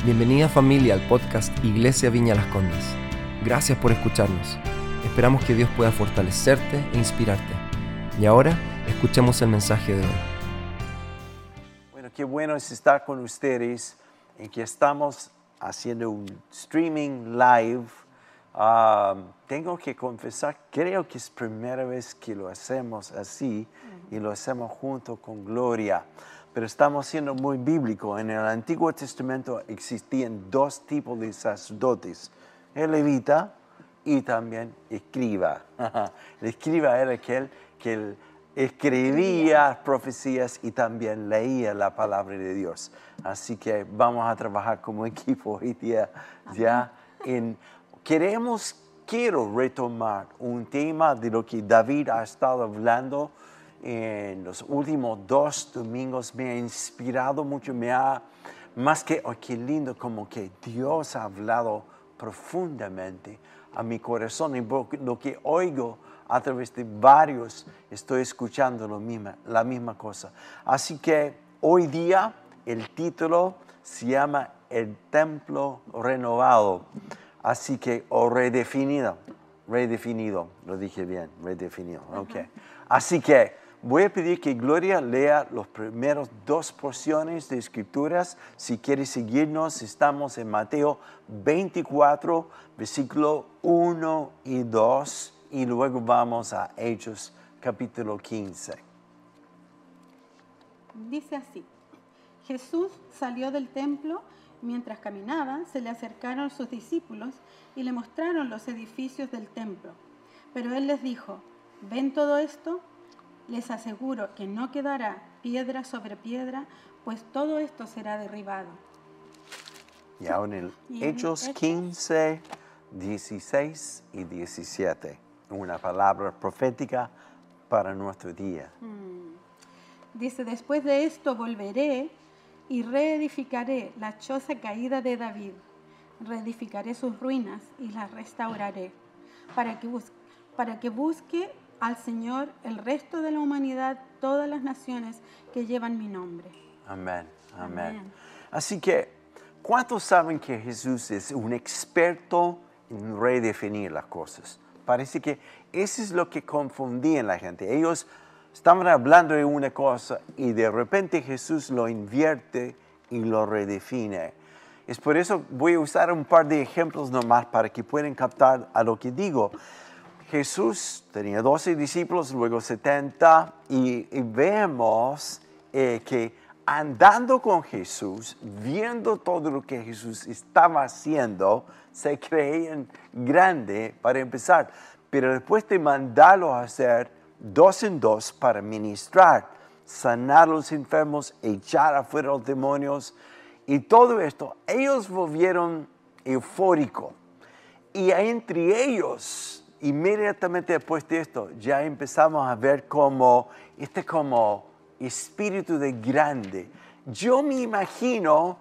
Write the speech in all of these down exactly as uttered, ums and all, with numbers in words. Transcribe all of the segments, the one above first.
Bienvenida familia al podcast Iglesia Viña Las Condes. Gracias por escucharnos. Esperamos que Dios pueda fortalecerte e inspirarte. Y ahora, escuchemos el mensaje de hoy. Bueno, qué bueno es estar con ustedes en que estamos haciendo un streaming live. Um, tengo que confesar, creo que es primera vez que lo hacemos así y lo hacemos junto con Gloria. Pero estamos siendo muy bíblicos. En el Antiguo Testamento existían dos tipos de sacerdotes, el levita y también escriba. El escriba era aquel que escribía profecías y también leía la palabra de Dios. Así que vamos a trabajar como equipo hoy día. Ya en, queremos, quiero retomar un tema de lo que David ha estado hablando en los últimos dos domingos. Me ha inspirado mucho, me ha, más que, oh, qué lindo, como que Dios ha hablado profundamente a mi corazón, y lo que oigo a través de varios, estoy escuchando lo mismo, la misma cosa. Así que hoy día el título se llama El Templo Renovado, así que, o redefinido, redefinido, lo dije bien, redefinido, ok. Uh-huh. Así que voy a pedir que Gloria lea los primeros dos porciones de Escrituras. Si quiere seguirnos, estamos en Mateo veinticuatro, versículo uno y dos, y luego vamos a Hechos capítulo quince. Dice así: Jesús salió del templo. Mientras caminaba, se le acercaron sus discípulos y le mostraron los edificios del templo. Pero él les dijo: ¿ven todo esto? Les aseguro que no quedará piedra sobre piedra, pues todo esto será derribado. Y ahora en el Hechos quince, dieciséis y diecisiete, una palabra profética para nuestro día. Hmm. Dice: después de esto volveré y reedificaré la choza caída de David. Reedificaré sus ruinas y las restauraré, para que busque, para que busque al Señor el resto de la humanidad, todas las naciones que llevan mi nombre. Amén, amén. Amén. Así que, ¿cuántos saben que Jesús es un experto en redefinir las cosas? Parece que eso es lo que confundía en la gente. Ellos estaban hablando de una cosa y de repente Jesús lo invierte y lo redefine. Es por eso voy a usar un par de ejemplos nomás para que puedan captar a lo que digo. Jesús tenía doce discípulos, luego setenta, y, y vemos eh, que andando con Jesús, viendo todo lo que Jesús estaba haciendo, se creían grande para empezar. Pero después de mandarlos a hacer dos en dos para ministrar, sanar a los enfermos, echar afuera los demonios, y todo esto, ellos volvieron eufóricos. Y entre ellos, inmediatamente después de esto, ya empezamos a ver como este como espíritu de grande. Yo me imagino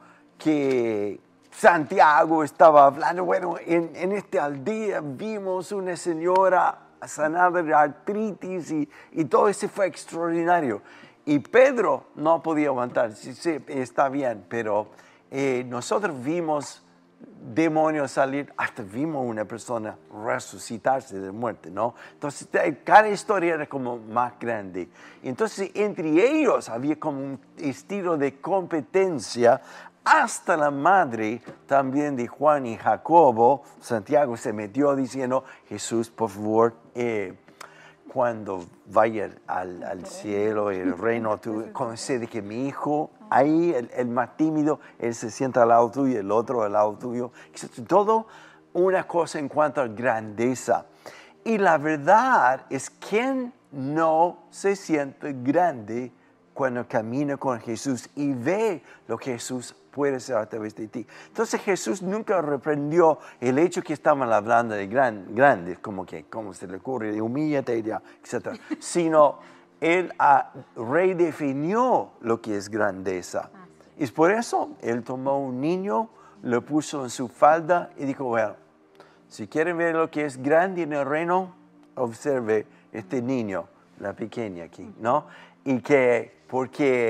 que Santiago estaba hablando, bueno, en, en esta aldea vimos una señora sanada de artritis y, y todo eso fue extraordinario. Y Pedro no podía aguantar, sí, sí, está bien, pero eh, nosotros vimos demonios salir, hasta vimos una persona resucitarse de muerte, ¿no? Entonces, cada historia era como más grande. Entonces, entre ellos había como un estilo de competencia. Hasta la madre también de Juan y Jacobo, Santiago, se metió diciendo: Jesús, por favor, eh, cuando vaya al, al cielo, el reino, tú concede que mi hijo, ahí el, el más tímido, él se sienta al lado tuyo, el otro al lado tuyo. Todo una cosa en cuanto a grandeza. Y la verdad es que no se siente grande cuando camina con Jesús y ve lo que Jesús puede ser a través de ti. Entonces Jesús nunca reprendió el hecho que estaban hablando de gran, grandes, como que, ¿cómo se le ocurre? Humíllate, etcétera. Sino Él ah, redefinió lo que es grandeza. Ah, sí. Y por eso Él tomó un niño, lo puso en su falda y dijo: bueno, si quieren ver lo que es grande en el reino, observe este niño, la pequeña aquí, ¿no? Y que, porque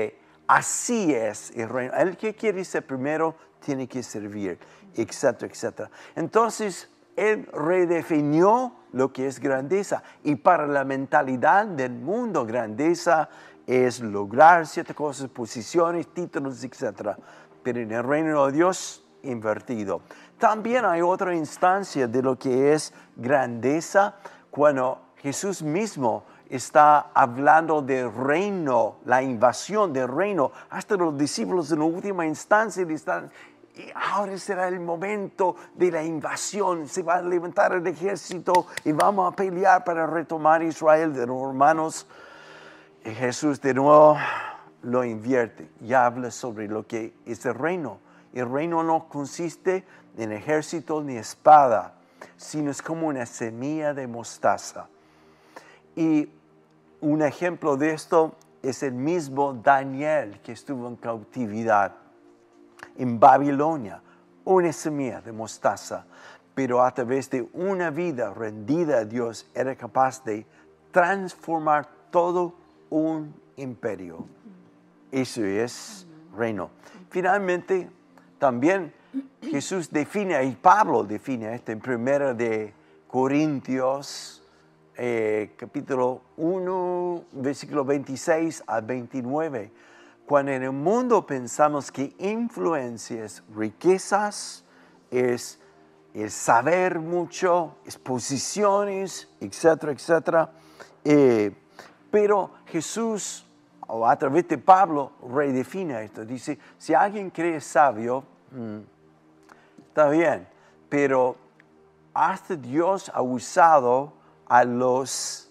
así es el reino. El que quiere ser primero tiene que servir, etcétera, etcétera. Entonces, Él redefinió lo que es grandeza. Y para la mentalidad del mundo, grandeza es lograr ciertas cosas, posiciones, títulos, etcétera. Pero en el reino de Dios, invertido. También hay otra instancia de lo que es grandeza cuando Jesús mismo está hablando del reino, la invasión del reino. Hasta los discípulos en la última instancia están... Y ahora será el momento de la invasión. Se va a levantar el ejército y vamos a pelear para retomar Israel de los hermanos. Y Jesús de nuevo lo invierte y habla sobre lo que es el reino. El reino no consiste en ejército ni espada, sino es como una semilla de mostaza. Y un ejemplo de esto es el mismo Daniel que estuvo en cautividad en Babilonia, una semilla de mostaza, pero a través de una vida rendida a Dios era capaz de transformar todo un imperio. Eso es reino. Finalmente, también Jesús define, y Pablo define esto en primera de Corintios, eh, capítulo uno, versículo veintiséis a veintinueve. Cuando en el mundo pensamos que influencia es riquezas, es, es saber mucho, es posiciones, etcétera, etcétera. Eh, pero Jesús, o a través de Pablo, redefine esto. Dice, si alguien cree sabio, mmm, está bien, pero hasta Dios ha usado a los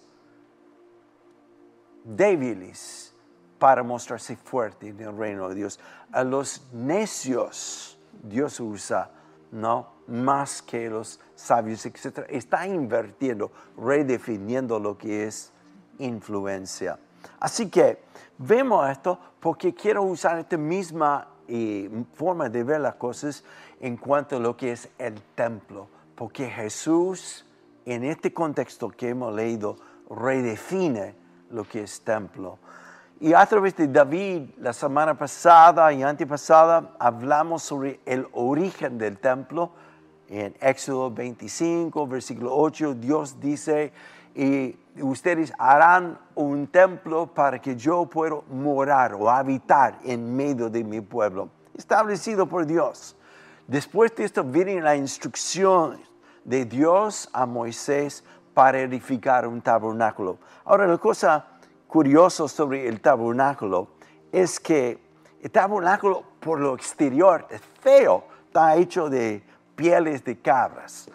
débiles para mostrarse fuerte en el reino de Dios. A los necios Dios usa, ¿no? Más que los sabios, etcétera. Está invirtiendo, redefiniendo lo que es influencia. Así que vemos esto porque quiero usar esta misma eh, forma de ver las cosas en cuanto a lo que es el templo. Porque Jesús, en este contexto que hemos leído, redefine lo que es templo. Y a través de David, la semana pasada y antepasada, hablamos sobre el origen del templo. En Éxodo veinticinco, versículo ocho, Dios dice, y ustedes harán un templo para que yo pueda morar o habitar en medio de mi pueblo, establecido por Dios. Después de esto viene la instrucción de Dios a Moisés para edificar un tabernáculo. Ahora, la cosa curioso sobre el tabernáculo es que el tabernáculo por lo exterior es feo, está hecho de pieles de cabras.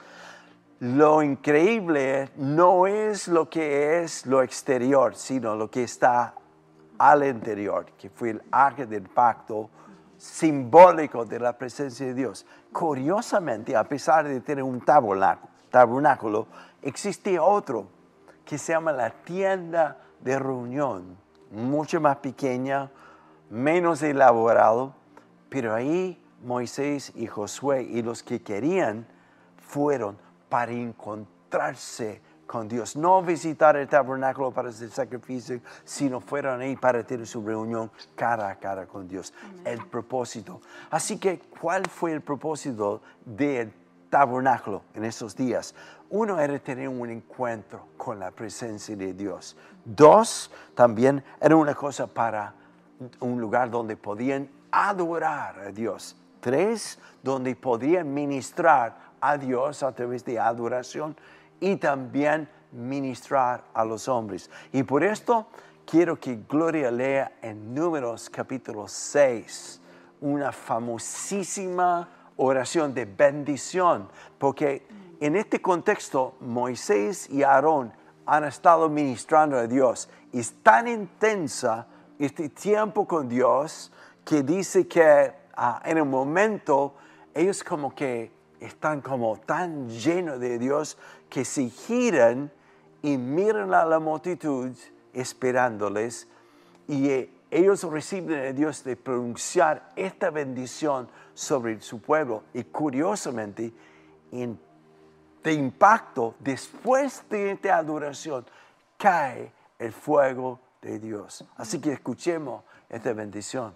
Lo increíble no es lo que es lo exterior, sino lo que está al interior, que fue el arca del pacto simbólico de la presencia de Dios. Curiosamente, a pesar de tener un tabernáculo, tabernáculo existe otro que se llama la tienda de reunión, mucho más pequeña, menos elaborado, pero ahí Moisés y Josué y los que querían fueron para encontrarse con Dios, no visitar el tabernáculo para hacer sacrificio, sino fueron ahí para tener su reunión cara a cara con Dios. Amén. El propósito. Así que, ¿cuál fue el propósito del tabernáculo en esos días? Uno era tener un encuentro con la presencia de Dios. Dos, también era una cosa para un lugar donde podían adorar a Dios. Tres, donde podían ministrar a Dios a través de adoración y también ministrar a los hombres. Y por esto quiero que Gloria lea en Números capítulo seis una famosísima oración de bendición, porque en este contexto Moisés y Aarón han estado ministrando a Dios. Y es tan intensa este tiempo con Dios que dice que uh, en el momento ellos como que están como tan llenos de Dios que se giran y miran a la multitud esperándoles y eh, ellos reciben de Dios de pronunciar esta bendición sobre su pueblo. Y curiosamente, en, de impacto, después de esta adoración, cae el fuego de Dios. Así que escuchemos esta bendición.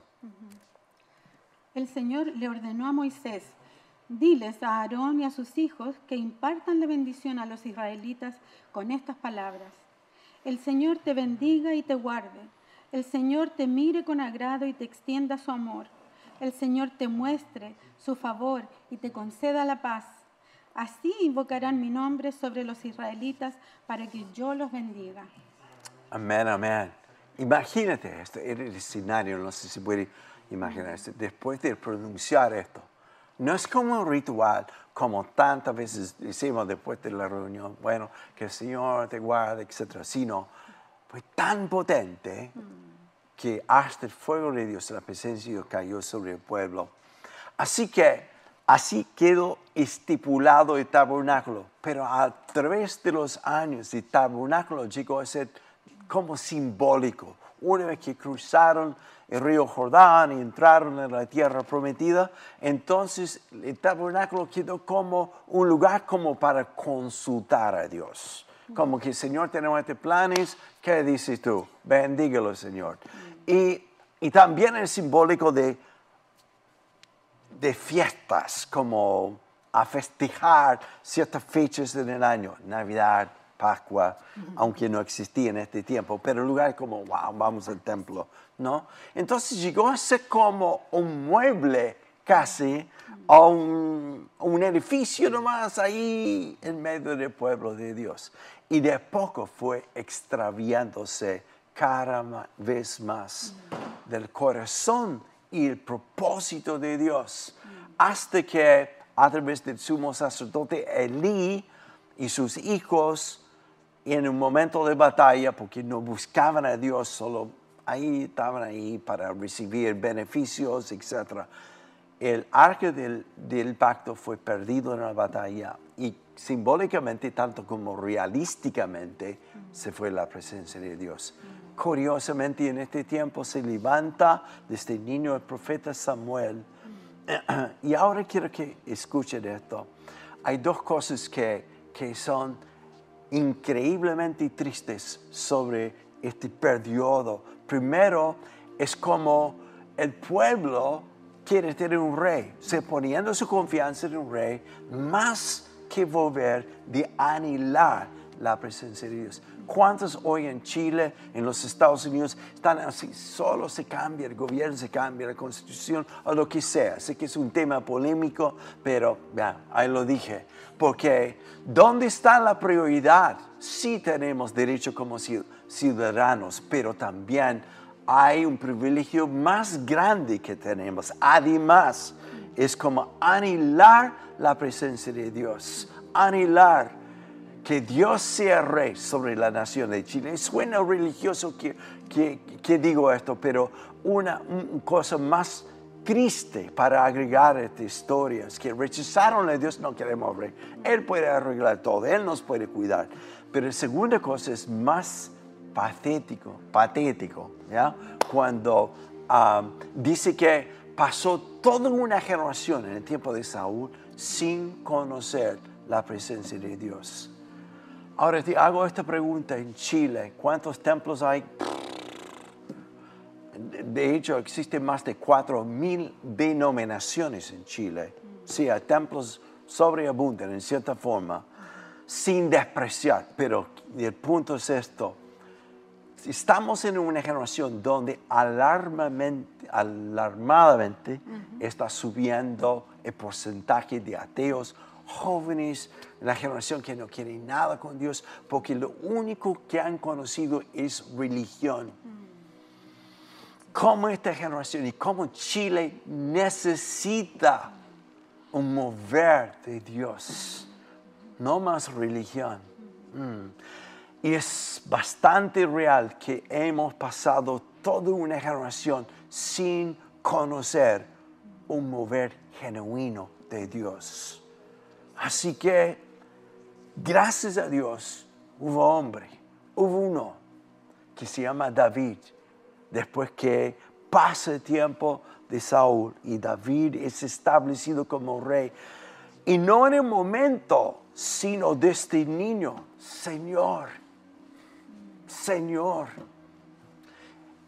El Señor le ordenó a Moisés: diles a Aarón y a sus hijos que impartan la bendición a los israelitas con estas palabras: el Señor te bendiga y te guarde. El Señor te mire con agrado y te extienda su amor. El Señor te muestre su favor y te conceda la paz. Así invocarán mi nombre sobre los israelitas para que yo los bendiga. Amén, amén. Imagínate esto, era el escenario, no sé si puede imaginarse, después de pronunciar esto. No es como un ritual, como tantas veces decimos después de la reunión, bueno, que el Señor te guarde, etcétera, sino fue tan potente que hasta el fuego de Dios, la presencia de Dios cayó sobre el pueblo. Así que así quedó estipulado el tabernáculo, pero a través de los años el tabernáculo llegó a ser como simbólico. Una vez que cruzaron el río Jordán y entraron en la tierra prometida, entonces el tabernáculo quedó como un lugar como para consultar a Dios. Como que, Señor, tenemos estos planes, ¿qué dices tú? Bendígalo, Señor. Y, y también es simbólico de, de fiestas, como a festejar ciertas fechas en el año, Navidad, Pascua, uh-huh. aunque no existía en este tiempo, pero el lugar como, wow, vamos al templo, ¿no? Entonces llegó a ser como un mueble casi, a un, un edificio nomás ahí en medio del pueblo de Dios. Y de poco fue extraviándose cada vez más uh-huh. del corazón y el propósito de Dios, uh-huh. hasta que a través del sumo sacerdote Elí y sus hijos, en un momento de batalla, porque no buscaban a Dios, solo ahí estaban ahí para recibir beneficios, etcétera. El arca del, del pacto fue perdido en la batalla y simbólicamente, tanto como realísticamente, mm. se fue la presencia de Dios. Mm. Curiosamente, en este tiempo se levanta desde el niño el profeta Samuel. Mm. Y ahora quiero que escuchen esto. Hay dos cosas que, que son increíblemente tristes sobre este periodo. Primero, es como el pueblo quiere tener un rey, se poniendo su confianza en un rey, más que volver de anhelar la presencia de Dios. ¿Cuántos hoy en Chile, en los Estados Unidos, están así? Solo se cambia el gobierno, se cambia la constitución o lo que sea. Sé que es un tema polémico, pero ya, ahí lo dije. Porque ¿dónde está la prioridad? Sí tenemos derecho como ciudadanos, pero también hay un privilegio más grande que tenemos. Además, es como anhelar la presencia de Dios, anhelar que Dios sea rey sobre la nación de Chile. Suena religioso que, que, que digo esto, pero una, una cosa más triste para agregar a esta historia es que rechazaron a Dios, no queremos rey. Él puede arreglar todo, Él nos puede cuidar. Pero la segunda cosa es más patético, patético, ¿ya? Cuando um, dice que pasó toda una generación en el tiempo de Saúl sin conocer la presencia de Dios. Ahora te hago esta pregunta: en Chile, ¿cuántos templos hay? De hecho, existen más de cuatro mil denominaciones en Chile. Sí, hay templos sobreabundan en cierta forma, sin despreciar, pero el punto es esto. Estamos en una generación donde alarmamente, alarmadamente uh-huh. está subiendo el porcentaje de ateos jóvenes, la generación que no quiere nada con Dios, porque lo único que han conocido es religión. Uh-huh. Cómo esta generación y cómo Chile necesita un mover de Dios, no más religión. Mm. Y es bastante real que hemos pasado toda una generación sin conocer un mover genuino de Dios. Así que, gracias a Dios, hubo hombre, hubo uno que se llama David. Después que pasa el tiempo de Saúl y David es establecido como rey. Y no en el momento, sino desde este niño. Señor, Señor.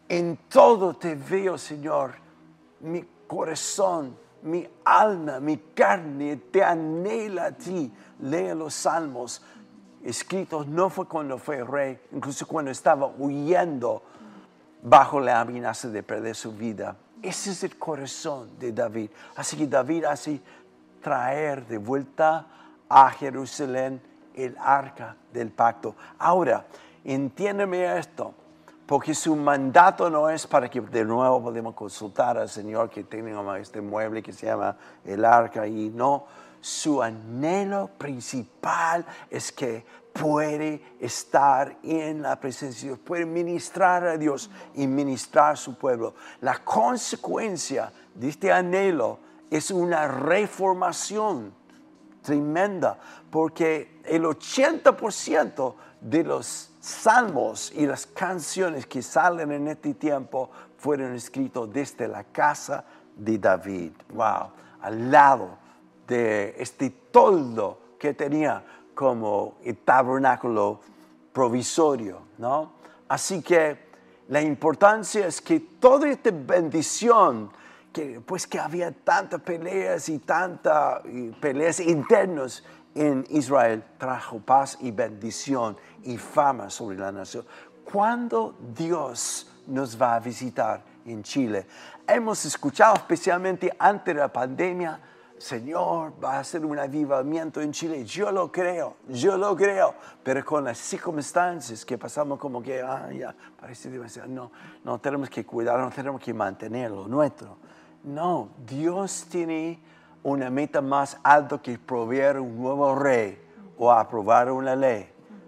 En todo te veo, Señor. Mi corazón, mi alma, mi carne te anhela a ti. Lee los salmos escritos, no fue cuando fue rey, incluso cuando estaba huyendo bajo la amenaza de perder su vida. Ese es el corazón de David. Así que David hace traer de vuelta a Jerusalén el arca del pacto. Ahora, entiéndeme esto, porque su mandato no es para que de nuevo podamos consultar al Señor que tenga este mueble que se llama el arca y no. Su anhelo principal es que puede estar en la presencia de Dios, puede ministrar a Dios y ministrar a su pueblo. La consecuencia de este anhelo es una reformación tremenda, porque el ochenta por ciento de los salmos y las canciones que salen en este tiempo fueron escritos desde la casa de David. Wow, al lado de este toldo que tenía como el tabernáculo provisorio, ¿no? Así que la importancia es que toda esta bendición, que pues que había tantas peleas y tantas peleas internas en Israel, trajo paz y bendición y fama sobre la nación. ¿Cuándo Dios nos va a visitar en Chile? Hemos escuchado, especialmente antes de la pandemia, Señor, va a hacer un avivamiento en Chile. Yo lo creo, yo lo creo. Pero con las circunstancias que pasamos como que, ah, ya, parece demasiado. No, no tenemos que cuidarnos, tenemos que mantener lo nuestro. No, Dios tiene una meta más alta que proveer un nuevo rey o aprobar una ley.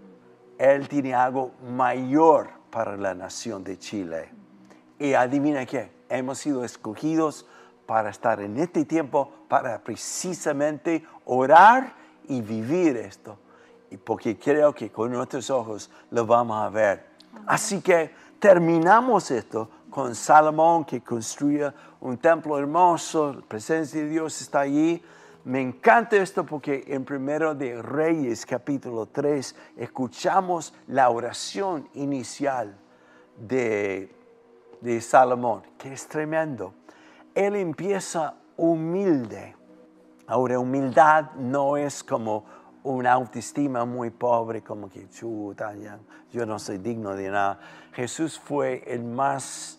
Él tiene algo mayor para la nación de Chile. Y adivina qué, hemos sido escogidos para estar en este tiempo, para precisamente orar y vivir esto. Y porque creo que con nuestros ojos lo vamos a ver. Así que terminamos esto con Salomón, que construye un templo hermoso, la presencia de Dios está allí. Me encanta esto porque en Primero de Reyes, capítulo tres, escuchamos la oración inicial de, de Salomón, que es tremendo. Él empieza humilde. Ahora, humildad no es como una autoestima muy pobre, como que chuta, ya, yo no soy digno de nada. Jesús fue el más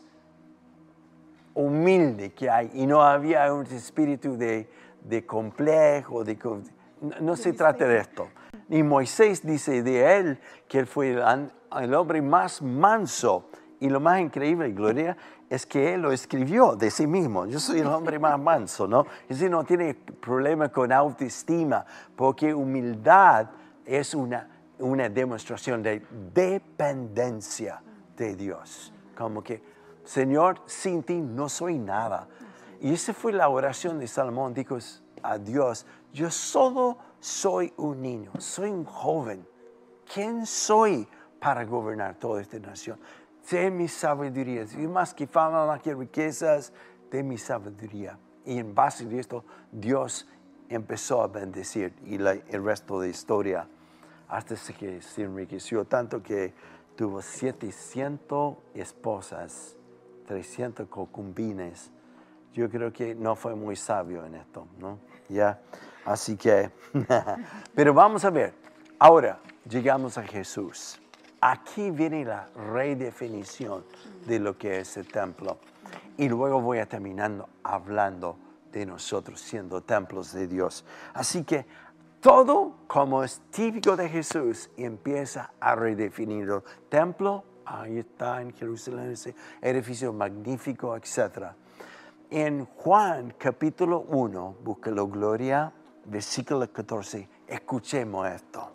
humilde que hay y no había un espíritu de, de complejo, de, no, no se trata de esto. Y Moisés dice de él que él fue el, el hombre más manso. Y lo más increíble, Gloria, es que él lo escribió de sí mismo. Yo soy el hombre más manso, ¿no? Es decir, no tiene problema con autoestima, porque humildad es una, una demostración de dependencia de Dios. Como que, Señor, sin ti no soy nada. Y esa fue la oración de Salomón. Dijo a Dios, yo solo soy un niño, soy un joven. ¿Quién soy para gobernar toda esta nación? De mi sabiduría, y más que fama, más que riquezas, de mi sabiduría. Y en base a esto, Dios empezó a bendecir y la, el resto de la historia, hasta que se enriqueció tanto que tuvo setecientas esposas, trescientas concubines. Yo creo que no fue muy sabio en esto, ¿no? Ya, así que, pero vamos a ver. Ahora llegamos a Jesús. Aquí viene la redefinición de lo que es el templo. Y luego voy a terminar hablando de nosotros siendo templos de Dios. Así que todo, como es típico de Jesús, empieza a redefinirlo. Templo, ahí está en Jerusalén, ese edificio magnífico, etcétera. En Juan capítulo uno, búscalo, Gloria, versículo catorce, escuchemos esto.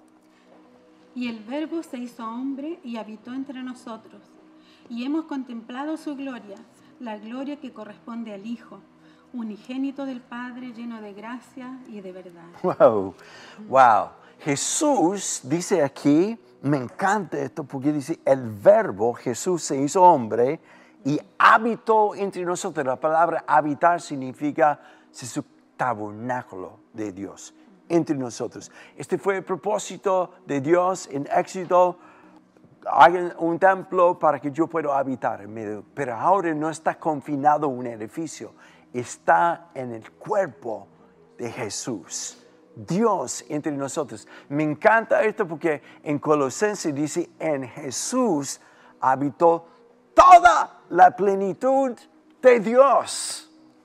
Y el Verbo se hizo hombre y habitó entre nosotros. Y hemos contemplado su gloria, la gloria que corresponde al Hijo, unigénito del Padre, lleno de gracia y de verdad. Wow, wow. Jesús dice aquí, me encanta esto porque dice, el Verbo, Jesús se hizo hombre y habitó entre nosotros. La palabra habitar significa es su tabernáculo de Dios entre nosotros. Este fue el propósito de Dios en Éxodo, hagan un templo para que yo pueda habitar en medio. Pero ahora no está confinado a un edificio, está en el cuerpo de Jesús. Dios entre nosotros. Me encanta esto porque en Colosenses dice, en Jesús habitó toda la plenitud de Dios.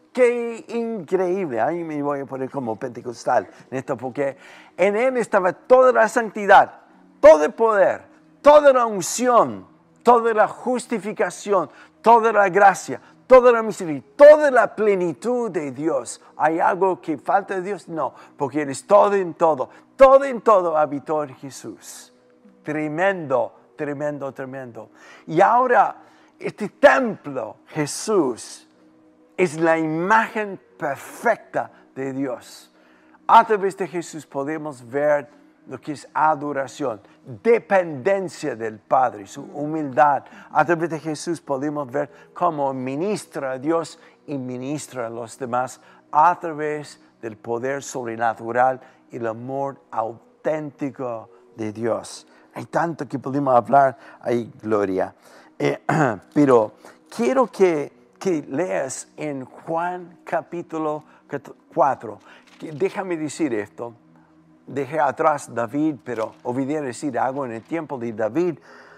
Qué increíble. Ahí me voy a poner como pentecostal en esto porque en Él estaba toda la santidad, todo el poder, toda la unción, toda la justificación, toda la gracia, toda la misericordia, toda la plenitud de Dios. ¿Hay algo que falta de Dios? No, porque Él es todo en todo. Todo en todo habitó en Jesús. Tremendo, tremendo, tremendo. Y ahora, este templo, Jesús, es la imagen perfecta de Dios. A través de Jesús podemos ver lo que es adoración, dependencia del Padre, su humildad. A través de Jesús podemos ver cómo ministra a Dios y ministra a los demás a través del poder sobrenatural y el amor auténtico de Dios. Hay tanto que podemos hablar ahí, Gloria. Eh, pero quiero que, que leas en Juan capítulo cuatro. Déjame decir esto. Dejé atrás David, pero olvidé decir algo. En el tiempo de David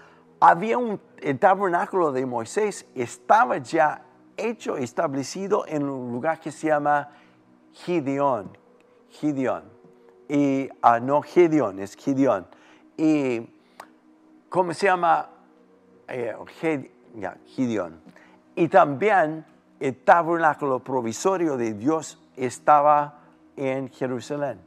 había un, el tabernáculo de Moisés estaba ya hecho, establecido en un lugar que se llama Gideón. Gideón. Y, uh, no Gideón, es Gideón. Y, ¿cómo se llama? Eh, Ged, yeah, Gideón. Y también el tabernáculo provisorio de Dios estaba en Jerusalén.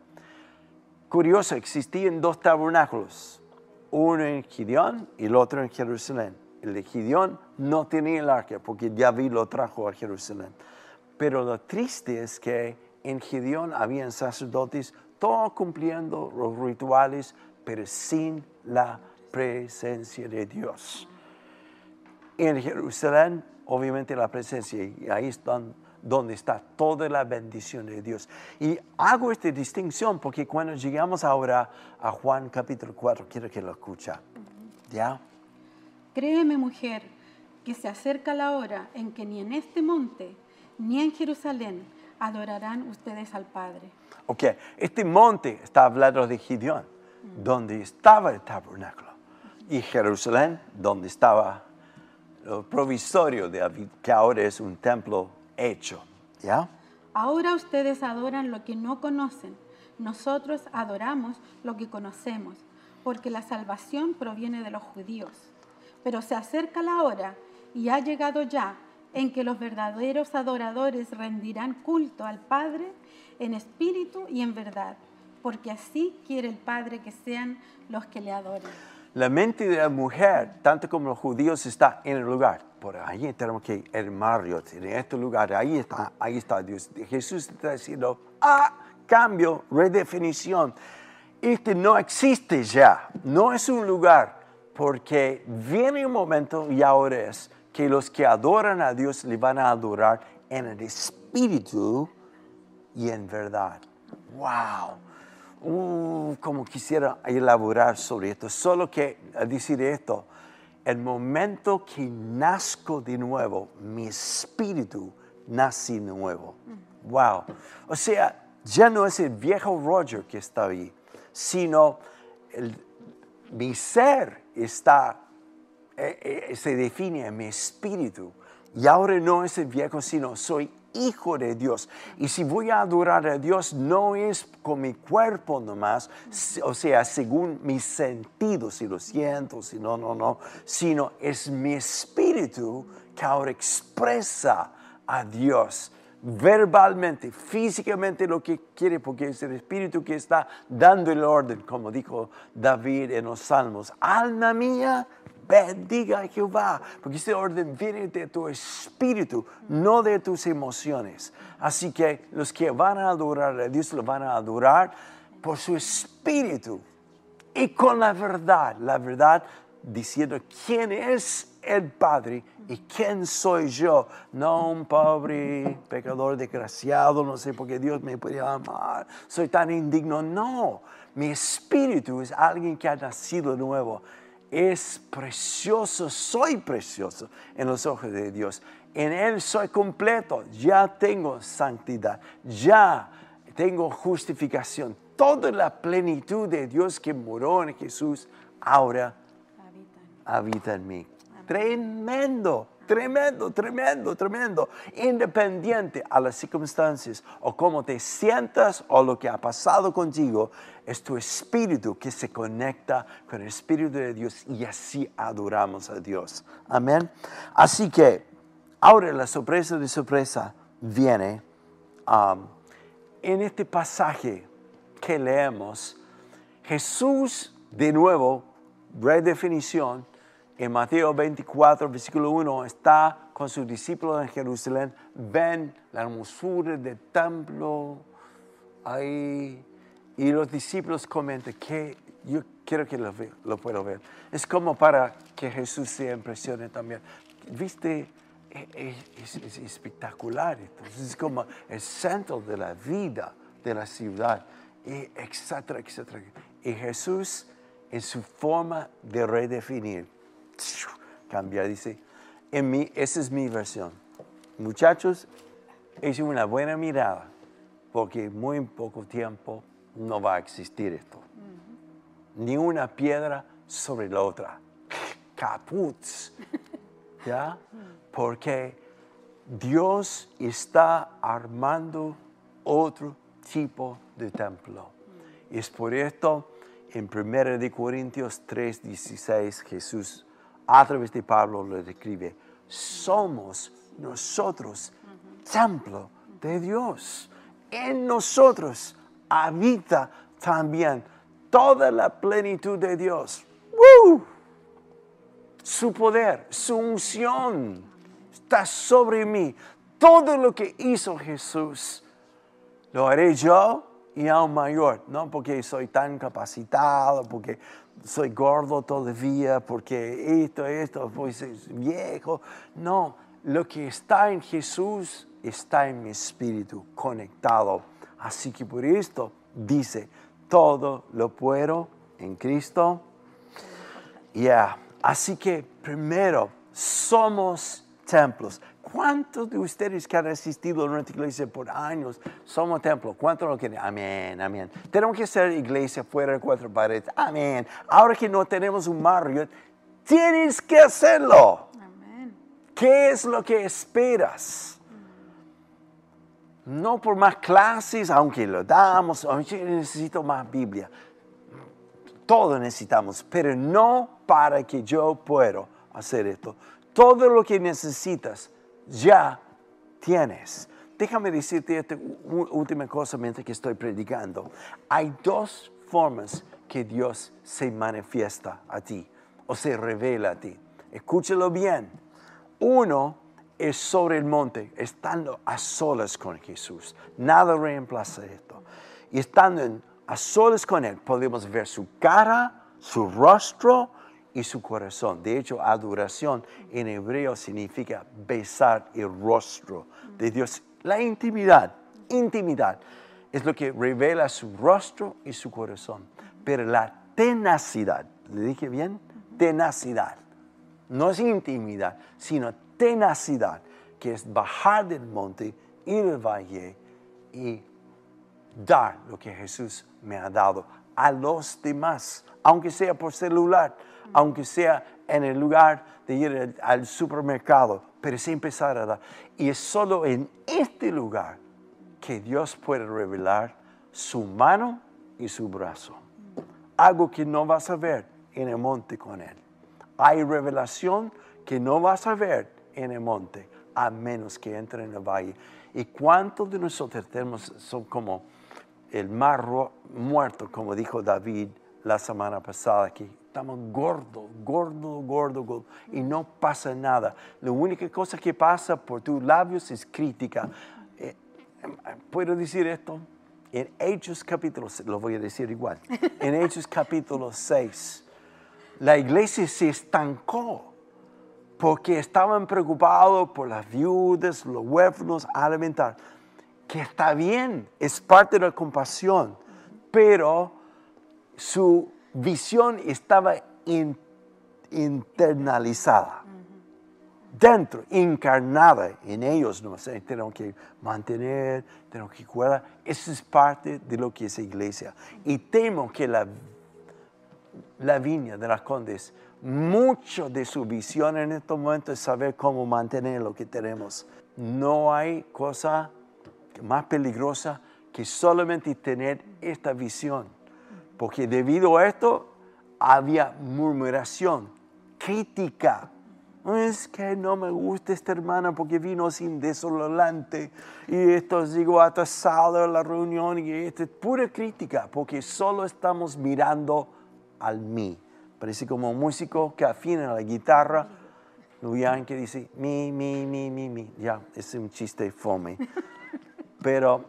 Curioso, existían dos tabernáculos, uno en Gideón y el otro en Jerusalén. El de Gideón no tenía el arca porque David lo trajo a Jerusalén. Pero lo triste es que en Gideón habían sacerdotes, todos cumpliendo los rituales, pero sin la presencia de Dios. En Jerusalén, obviamente la presencia, y ahí están donde está toda la bendición de Dios. Y hago esta distinción porque cuando llegamos ahora a Juan capítulo cuatro, quiero que lo escuchen. ¿Ya? Créeme, mujer, que se acerca la hora en que ni en este monte ni en Jerusalén adorarán ustedes al Padre. Ok, este monte está hablando de Gideón, mm. donde estaba el tabernáculo, y Jerusalén, donde estaba el provisorio de David, que ahora es un templo hecho, ¿ya? Ahora ustedes adoran lo que no conocen. Nosotros adoramos lo que conocemos, porque la salvación proviene de los judíos. Pero se acerca la hora, y ha llegado ya, en que los verdaderos adoradores rendirán culto al Padre en espíritu y en verdad, porque así quiere el Padre que sean los que le adoren. La mente de la mujer, tanto como los judíos, está en el lugar. Por ahí tenemos que ir al Marriott, en este lugar, ahí está, ahí está Dios. Jesús está diciendo, ah, cambio, redefinición. Este no existe ya, no es un lugar, porque viene un momento, y ahora es, que los que adoran a Dios le van a adorar en el espíritu y en verdad. ¡Wow! Uh, como quisiera elaborar sobre esto, solo que al decir esto, el momento que nazco de nuevo, mi espíritu nace de nuevo. Wow. O sea, ya no es el viejo Roger que está ahí, sino el, mi ser está, eh, eh, se define en mi espíritu. Y ahora no es el viejo, sino soy hijo de Dios. Y si voy a adorar a Dios, no es con mi cuerpo nomás, o sea, según mis sentidos, si lo siento, si no, no, no, sino es mi espíritu que ahora expresa a Dios verbalmente, físicamente lo que quiere, porque es el espíritu que está dando el orden, como dijo David en los Salmos. Alma mía, bendiga a Jehová, porque ese orden viene de tu espíritu, no de tus emociones. Así que los que van a adorar a Dios lo van a adorar por su espíritu y con la verdad, la verdad diciendo quién es el Padre y quién soy yo, no un pobre pecador desgraciado, no sé por qué Dios me puede amar, soy tan indigno. No, mi espíritu es alguien que ha nacido de nuevo. es precioso, soy precioso en los ojos de Dios. En Él soy completo, ya tengo santidad, ya tengo justificación. Toda la plenitud de Dios que murió en Jesús ahora habita en mí. Tremendo, tremendo, tremendo, tremendo. Independiente a las circunstancias o cómo te sientas o lo que ha pasado contigo, es tu espíritu que se conecta con el Espíritu de Dios y así adoramos a Dios. Amén. Así que ahora la sorpresa de sorpresa viene um, en este pasaje que leemos. Jesús, de nuevo, redefinición, en Mateo veinticuatro, versículo uno, está con sus discípulos en Jerusalén, ven la hermosura del templo ahí, y los discípulos comentan que yo quiero que lo, ve, lo puedo ver. Es como para que Jesús se impresione también. ¿Viste? Es, es, es espectacular. Entonces, es como el centro de la vida de la ciudad, y etcétera, etcétera. Y Jesús, en su forma de redefinir, cambia, dice, en mí, esa es mi versión. Muchachos, es una buena mirada, porque muy en poco tiempo no va a existir esto. Uh-huh. Ni una piedra sobre la otra. Caput. ¿Ya? Porque Dios está armando otro tipo de templo. Y es por esto, en primera de Corintios tres, dieciséis, Jesús, a través de Pablo, lo describe. Somos nosotros templo de Dios. En nosotros habita también toda la plenitud de Dios. ¡Woo! Su poder, su unción está sobre mí. Todo lo que hizo Jesús, lo haré yo y aún mayor. No porque soy tan capacitado, porque soy gordo todavía, porque esto, esto, pues es viejo. No, lo que está en Jesús está en mi espíritu conectado. Así que por esto dice, todo lo puedo en Cristo. Ya, yeah. Así que primero, somos templos. ¿Cuántos de ustedes que han asistido a nuestra iglesia por años somos templos? ¿Cuántos lo quieren? Amén, amén. Tenemos que ser iglesia fuera de cuatro paredes. Amén. Ahora que no tenemos un Marriott, tienes que hacerlo. Amén. ¿Qué es lo que esperas? No por más clases, aunque lo damos, aunque necesito más Biblia. Todo necesitamos, pero no para que yo pueda hacer esto. Todo lo que necesitas ya tienes. Déjame decirte esta última cosa mientras que estoy predicando. Hay dos formas que Dios se manifiesta a ti o se revela a ti. Escúchalo bien. Uno es sobre el monte, estando a solas con Jesús. Nada reemplaza esto. Y estando en a solas con Él, podemos ver su cara, su rostro y su corazón. De hecho, adoración en hebreo significa besar el rostro de Dios. La intimidad, intimidad, es lo que revela su rostro y su corazón. Pero la tenacidad, ¿le dije bien? Tenacidad. No es intimidad, sino tenacidad, que es bajar del monte, ir al valle y dar lo que Jesús me ha dado a los demás, aunque sea por celular, aunque sea en el lugar de ir al supermercado, pero sin empezar a dar. Y es solo en este lugar que Dios puede revelar su mano y su brazo. Algo que no vas a ver en el monte con Él. Hay revelación que no vas a ver en el monte, a menos que entre en el valle. ¿Y cuántos de nosotros tenemos, son como el mar muerto, como dijo David la semana pasada, que estamos gordos, gordos, gordos, gordos, y no pasa nada. La única cosa que pasa por tus labios es crítica. Eh, ¿Puedo decir esto? En Hechos capítulo seis, lo voy a decir igual, en Hechos capítulo seis, la iglesia se estancó porque estaban preocupados por las viudas, los huérfanos, alimentar. Que está bien, es parte de la compasión, pero su visión estaba en internalizada. Dentro, encarnada en ellos, no sé, tenemos que mantener, tenemos que cuidar. Eso es parte de lo que es iglesia. Y temo que la, la viña de las Condes, mucho de su visión en estos momentos es saber cómo mantener lo que tenemos. No hay cosa más peligrosa que solamente tener esta visión. Porque debido a esto, había murmuración, crítica. Es que no me gusta esta hermana porque vino sin desodorante y esto llegó atrasado a la reunión y esto es pura crítica porque solo estamos mirando al mí. Parece como un músico que afina la guitarra, lo vean que dice mi, mi, mi, mi, mi. Ya, es un chiste fome. Pero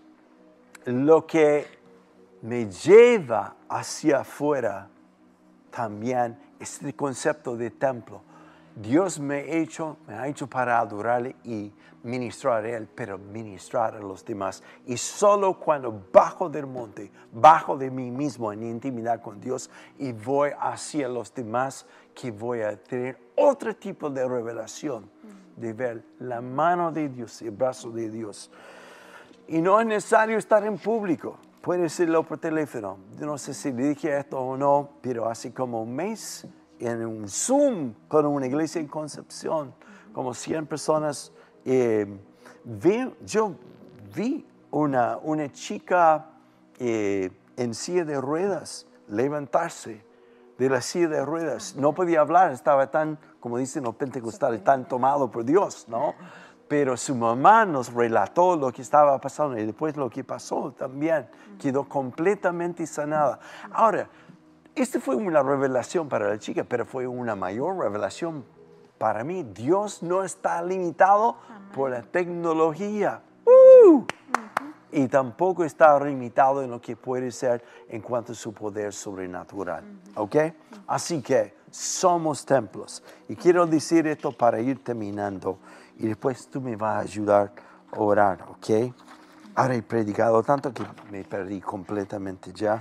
lo que me lleva hacia afuera también es el concepto de templo. Dios me ha hecho, me ha hecho para adorarle y ministrar a Él, pero ministrar a los demás. Y solo cuando bajo del monte, bajo de mí mismo en intimidad con Dios y voy hacia los demás, que voy a tener otro tipo de revelación, de ver la mano de Dios, el brazo de Dios. Y no es necesario estar en público, puede hacerlo por teléfono. Yo no sé si le dije esto o no, pero hace como un mes, en un Zoom con una iglesia en Concepción, como cien personas, eh, vi, yo vi una, una chica eh, en silla de ruedas levantarse de la silla de ruedas. No podía hablar, estaba tan, como dicen los pentecostales, tan tomado por Dios, ¿no? Pero su mamá nos relató lo que estaba pasando y después lo que pasó también. Quedó completamente sanada. Ahora, esta fue una revelación para la chica, pero fue una mayor revelación para mí. Dios no está limitado Amén. Por la tecnología. Uh, uh-huh. Y tampoco está limitado en lo que puede ser en cuanto a su poder sobrenatural. Uh-huh. ¿Ok? Uh-huh. Así que somos templos. Y quiero decir esto para ir terminando. Y después tú me vas a ayudar a orar. ¿Ok? Ahora he predicado tanto que me perdí completamente ya.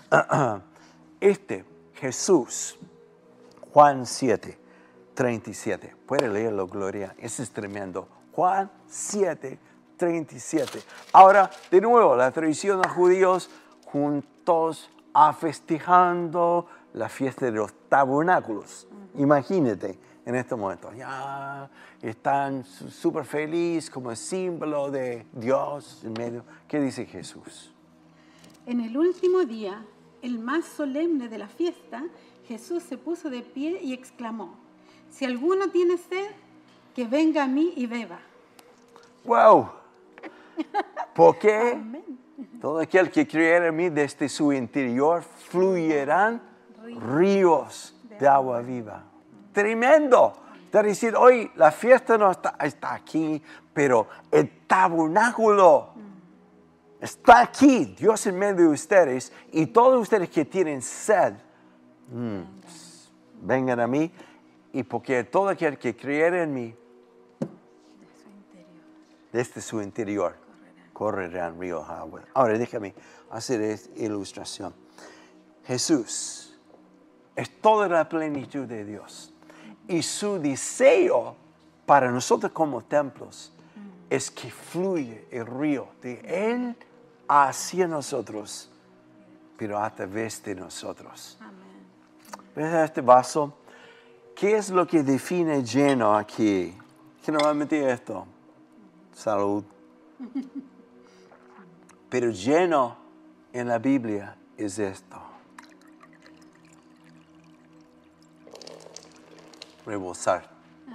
Este, Jesús, Juan siete, treinta y siete. Puede leerlo, Gloria. Eso es tremendo. Juan siete, treinta y siete. Ahora, de nuevo, la tradición de los judíos juntos a festejando la fiesta de los tabernáculos. Imagínate en este momento. Ya están súper felices como símbolo de Dios en medio. ¿Qué dice Jesús? En el último día, el más solemne de la fiesta, Jesús se puso de pie y exclamó: si alguno tiene sed, que venga a mí y beba. ¡Wow! ¿Por qué? Amén. Todo aquel que creyera en mí, desde su interior fluirán ríos de agua viva. ¡Tremendo! Te decir, hoy la fiesta no está, está aquí, pero el tabernáculo está aquí, Dios en medio de ustedes, y todos ustedes que tienen sed, mmm, vengan a mí, y porque todo aquel que creyera en mí, desde su interior, correrán ríos de agua. Ahora déjame hacer esta ilustración. Jesús es toda la plenitud de Dios, y su deseo para nosotros como templos es que fluye el río de Él hacia nosotros, pero a través de nosotros. Amén. ¿Ves este vaso? ¿Qué es lo que define lleno aquí? Generalmente esto. Salud. Pero lleno en la Biblia es esto. Rebosar.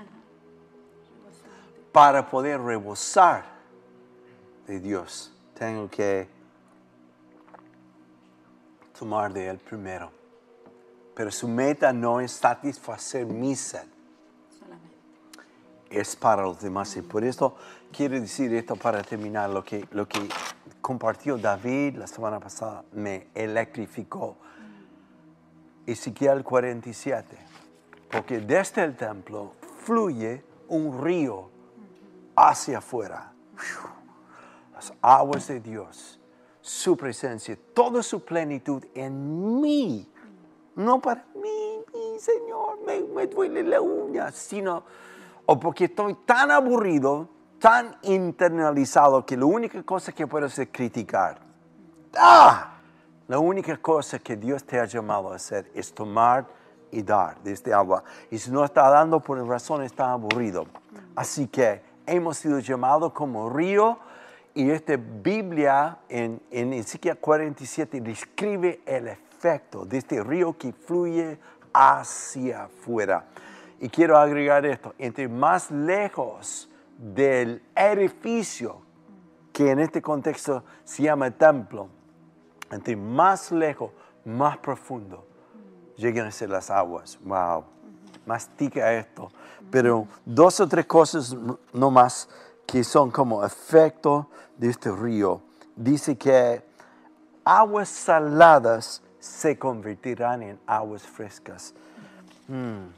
Para poder rebosar de Dios, tengo que tomar de Él primero. Pero su meta no es satisfacer mi sed. Solamente. Es para los demás. Y por esto quiero decir esto para terminar. Lo que, lo que compartió David la semana pasada me electrificó. Mm. Ezequiel cuarenta y siete. Porque desde el templo fluye un río hacia afuera. Las aguas de Dios, su presencia, toda su plenitud en mí. No para mí, mi Señor, me, me duele la uña, sino, o porque estoy tan aburrido, tan internalizado, que la única cosa que puedo hacer es criticar. ¡Ah! La única cosa que Dios te ha llamado a hacer es tomar y dar de este agua. Y si no está dando por razón, está aburrido. Así que hemos sido llamados como río. Y esta Biblia en, en Ezequiel cuarenta y siete describe el efecto de este río que fluye hacia afuera. Y quiero agregar esto. Entre más lejos del edificio, que en este contexto se llama templo, entre más lejos, más profundo llegan a ser las aguas. Wow, mastica esto. Pero dos o tres cosas no más que son como efecto de este río. Dice que aguas saladas se convertirán en aguas frescas. Mm.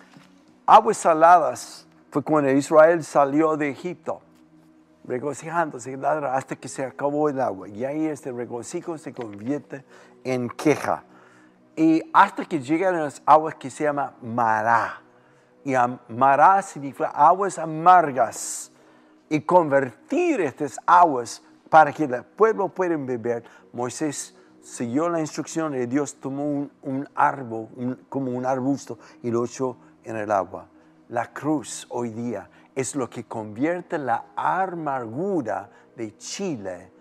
Aguas saladas fue cuando Israel salió de Egipto, regocijándose hasta que se acabó el agua. Y ahí este regocijo se convierte en queja. Y hasta que llegan a las aguas que se llama Mará. Y Mará significa aguas amargas. Y convertir estas aguas para que el pueblo pueda beber. Moisés siguió la instrucción de Dios, tomó un, un árbol, un, como un arbusto, y lo echó en el agua. La cruz hoy día es lo que convierte la amargura de Chile,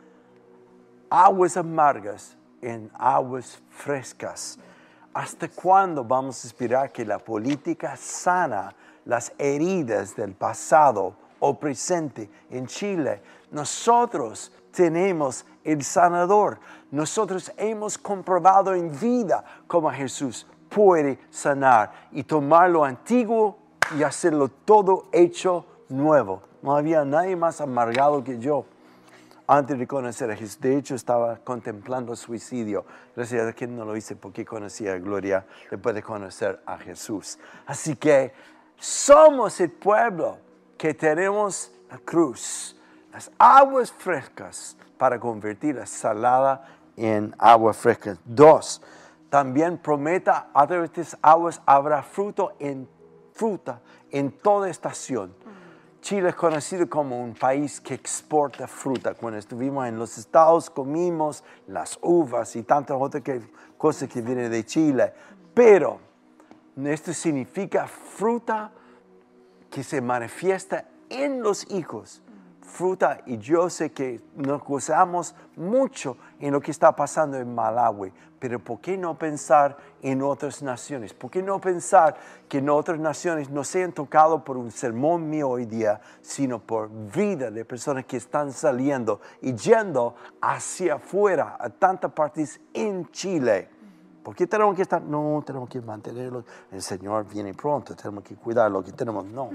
aguas amargas, en aguas frescas. ¿Hasta cuándo vamos a esperar que la política sana las heridas del pasado o presente en Chile? Nosotros tenemos el sanador. Nosotros hemos comprobado en vida cómo Jesús puede sanar y tomar lo antiguo y hacerlo todo hecho nuevo. No había nadie más amargado que yo antes de conocer a Jesús. De hecho, estaba contemplando suicidio. Gracias a Dios que no lo hice porque conocía a Gloria después de conocer a Jesús. Así que somos el pueblo que tenemos la cruz, las aguas frescas para convertir la salada en agua fresca. Dos, también prometa a través de estas aguas habrá fruto en fruta en toda estación. Chile es conocido como un país que exporta fruta. Cuando estuvimos en los estados comimos las uvas y tantas otras que, cosas que vienen de Chile. Pero esto significa fruta que se manifiesta en los hijos. Fruta, y yo sé que nos gozamos mucho en lo que está pasando en Malawi, pero ¿por qué no pensar en otras naciones? ¿Por qué no pensar que en otras naciones no sean tocados por un sermón mío hoy día, sino por vida de personas que están saliendo y yendo hacia afuera a tantas partes en Chile? ¿Por qué tenemos que estar? No, tenemos que mantenerlo. El Señor viene pronto, tenemos que cuidar lo que tenemos. No.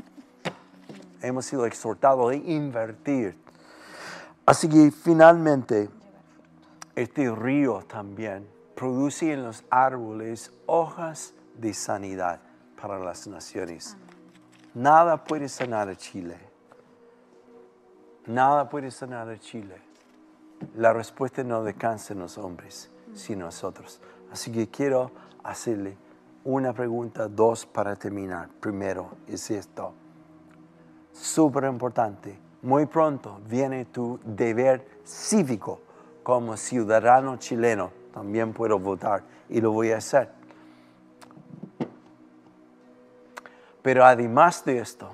Hemos sido exhortados a invertir. Así que finalmente, este río también produce en los árboles hojas de sanidad para las naciones. Nada puede sanar a Chile. Nada puede sanar a Chile. La respuesta no descansa en los hombres, sino nosotros. Así que quiero hacerle una pregunta, dos para terminar. Primero es esto. Súper importante. Muy pronto viene tu deber cívico como ciudadano chileno. También puedo votar y lo voy a hacer. Pero además de esto,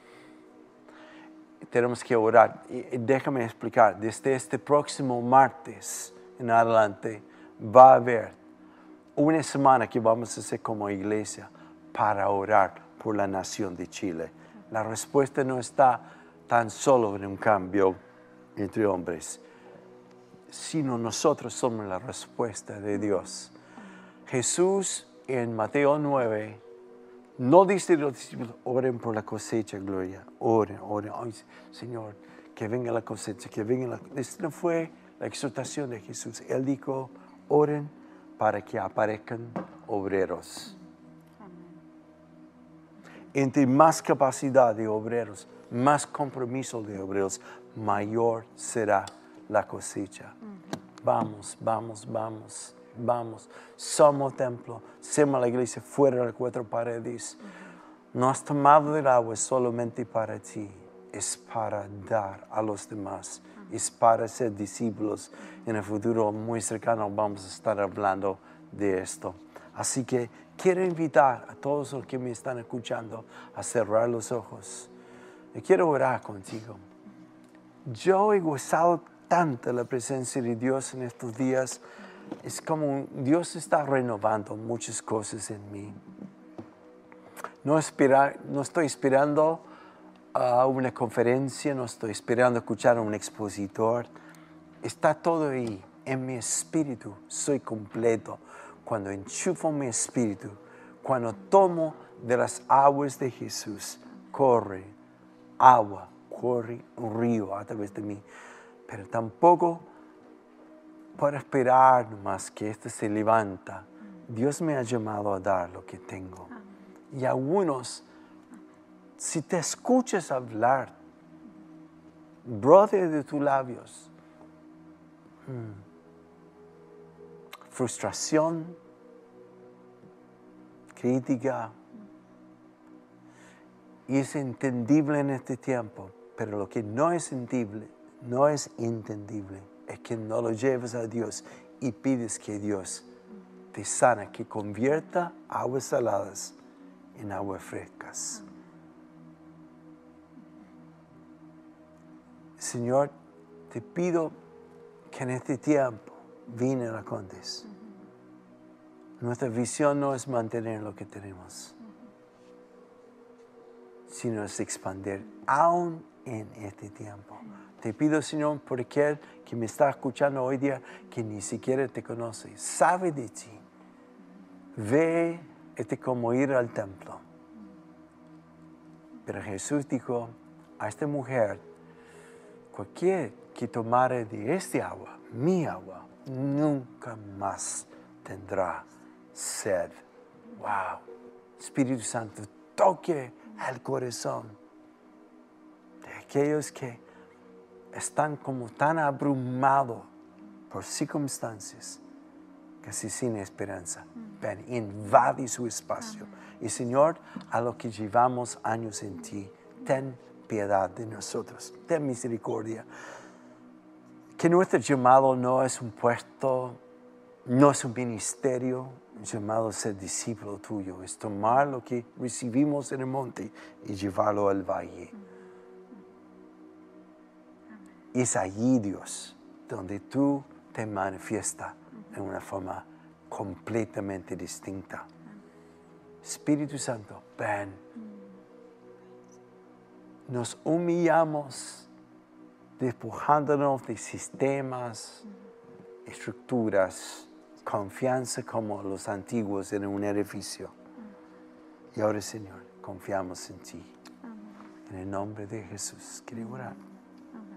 tenemos que orar. Y déjame explicar, desde este próximo martes en adelante va a haber una semana que vamos a hacer como iglesia para orar por la nación de Chile. La respuesta no está tan solo en un cambio entre hombres, sino nosotros somos la respuesta de Dios. Jesús en Mateo nueve no dice a los discípulos, oren por la cosecha, Gloria, oren, oren, ay, Señor, que venga la cosecha, que venga la... Esta no fue la exhortación de Jesús. Él dijo, oren para que aparezcan obreros. Entre más capacidad de obreros, más compromiso de obreros, mayor será la cosecha. Uh-huh. Vamos, vamos, vamos. Vamos, somos templo, somos la iglesia fuera de las cuatro paredes. No has tomado del agua solamente para ti, es para dar a los demás, es para ser discípulos. En el futuro muy cercano vamos a estar hablando de esto. Así que quiero invitar a todos los que me están escuchando a cerrar los ojos. Y quiero orar contigo. Yo he gozado tanto la presencia de Dios en estos días. Es como Dios está renovando muchas cosas en mí. No, esperar, no estoy esperando a una conferencia, no estoy esperando escuchar a un expositor. Está todo ahí, en mi espíritu. Soy completo. Cuando enchufo mi espíritu, cuando tomo de las aguas de Jesús, corre agua, corre un río a través de mí. Pero tampoco puedo esperar más que esto se levanta. Dios me ha llamado a dar lo que tengo. Y algunos, si te escuchas hablar, brote de tus labios hmm, frustración, crítica, y es entendible en este tiempo, pero lo que no es entendible, no es entendible, es que no lo lleves a Dios y pides que Dios te sana, que convierta aguas saladas en aguas frescas. Señor, te pido que en este tiempo Vine a Condes. Nuestra visión no es mantener lo que tenemos, sino es expandir aún en este tiempo. Te pido, Señor, por aquel que me está escuchando hoy día, que ni siquiera te conoce, sabe de ti. Ve este como ir al templo. Pero Jesús dijo a esta mujer, cualquier que tomare de este agua, mi agua, nunca más tendrá sed. Wow. Espíritu Santo, toque el corazón de aquellos que están como tan abrumados por circunstancias, casi sin esperanza. Ven, invade su espacio. Y Señor, a lo que llevamos años en ti, ten piedad de nosotros, ten misericordia. Que nuestro llamado no es un puesto, no es un ministerio, el llamado a ser discípulo tuyo, es tomar lo que recibimos en el monte y llevarlo al valle. Y es allí, Dios, donde tú te manifiestas en una forma completamente distinta. Espíritu Santo, ven. Nos humillamos despojándonos de sistemas, estructuras, confianza como los antiguos en un edificio. Y ahora, Señor, confiamos en ti. Amén. En el nombre de Jesús, quiero orar. Amén.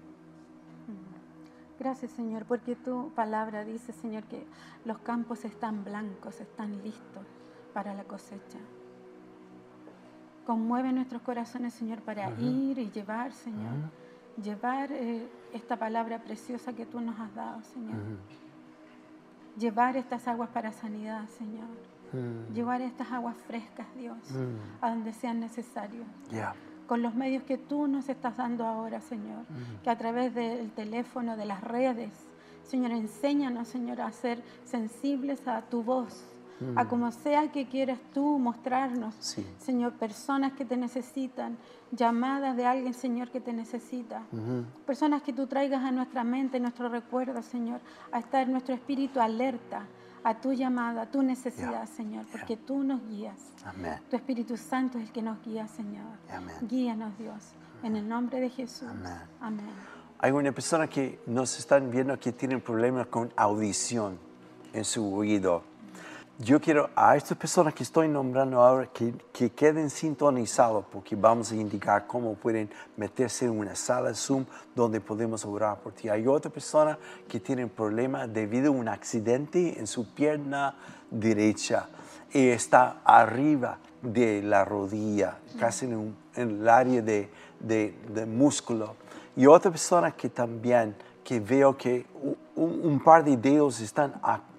Gracias, Señor, porque tu palabra dice, Señor, que los campos están blancos, están listos para la cosecha. Conmueve nuestros corazones, Señor, para uh-huh. ir y llevar, Señor, uh-huh. llevar eh, esta palabra preciosa que tú nos has dado, Señor. Uh-huh. Llevar estas aguas para sanidad, Señor. Uh-huh. Llevar estas aguas frescas, Dios, uh-huh. a donde sean necesarios. Yeah. Con los medios que tú nos estás dando ahora, Señor, uh-huh. que a través del teléfono, de las redes, Señor, enséñanos, Señor, a ser sensibles a tu voz. Mm. A como sea que quieras tú mostrarnos, sí. Señor, personas que te necesitan, llamadas de alguien, Señor, que te necesita, uh-huh. personas que tú traigas a nuestra mente, nuestro recuerdo, Señor, a estar nuestro espíritu alerta a tu llamada, a tu necesidad, yeah. Señor, porque yeah. tú nos guías. Amén. Tu Espíritu Santo es el que nos guía, Señor. Amén. Guíanos, Dios, en el nombre de Jesús. Amén. Amén. Hay una persona que nos están viendo que tiene problemas con audición en su oído. Yo quiero a estas personas que estoy nombrando ahora que, que queden sintonizados, porque vamos a indicar cómo pueden meterse en una sala Zoom donde podemos orar por ti. Hay otra persona que tiene problemas debido a un accidente en su pierna derecha y está arriba de la rodilla, casi en, un, en el área de, de, de músculo. Y otra persona que también, que veo que un, un par de dedos están aquí,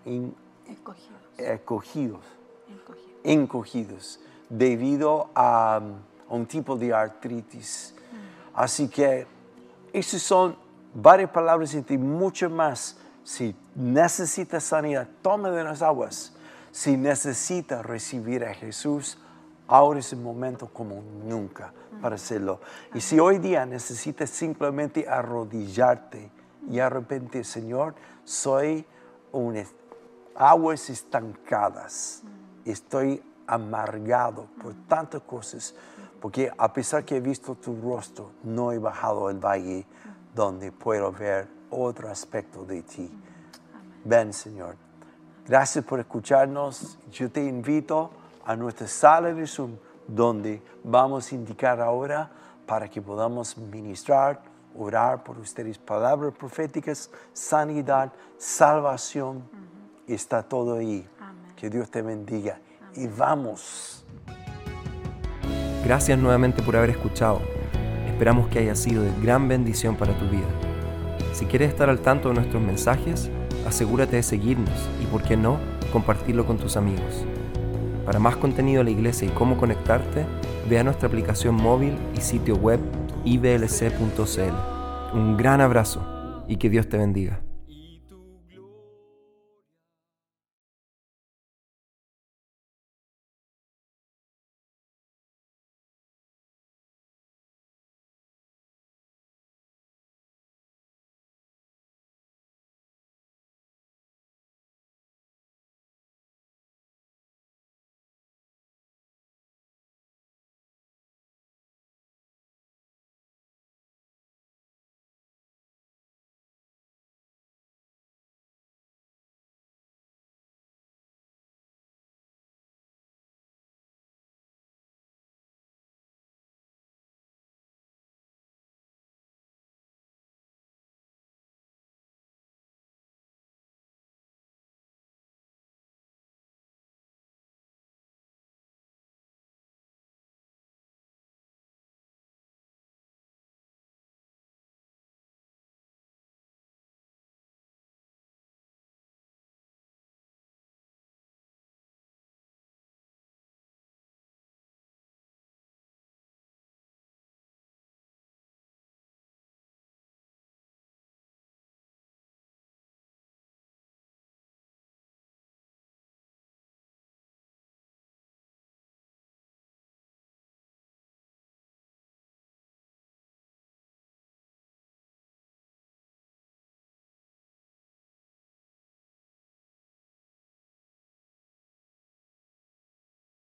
in- Escogidos. escogidos, Escogidos. encogidos, debido a, a un tipo de artritis. Así que esas son varias palabras y mucho más. Si necesitas sanidad, toma de las aguas. Si necesitas recibir a Jesús, ahora es el momento como nunca para hacerlo. Y si hoy día necesitas simplemente arrodillarte y arrepentir, Señor, soy un est- aguas estancadas. Estoy amargado por tantas cosas, porque a pesar que he visto tu rostro, no he bajado al valle donde puedo ver otro aspecto de ti. Ven, Señor. Gracias por escucharnos. Yo te invito a nuestra sala de Zoom, donde vamos a indicar ahora para que podamos ministrar, orar por ustedes, palabras proféticas, sanidad, salvación. Está todo ahí. Amén. Que Dios te bendiga. Y vamos. Gracias nuevamente por haber escuchado. Esperamos que haya sido de gran bendición para tu vida. Si quieres estar al tanto de nuestros mensajes, asegúrate de seguirnos y, por qué no, compartirlo con tus amigos. Para más contenido de la iglesia y cómo conectarte, ve a nuestra aplicación móvil y sitio web i b l c punto c l. Un gran abrazo y que Dios te bendiga.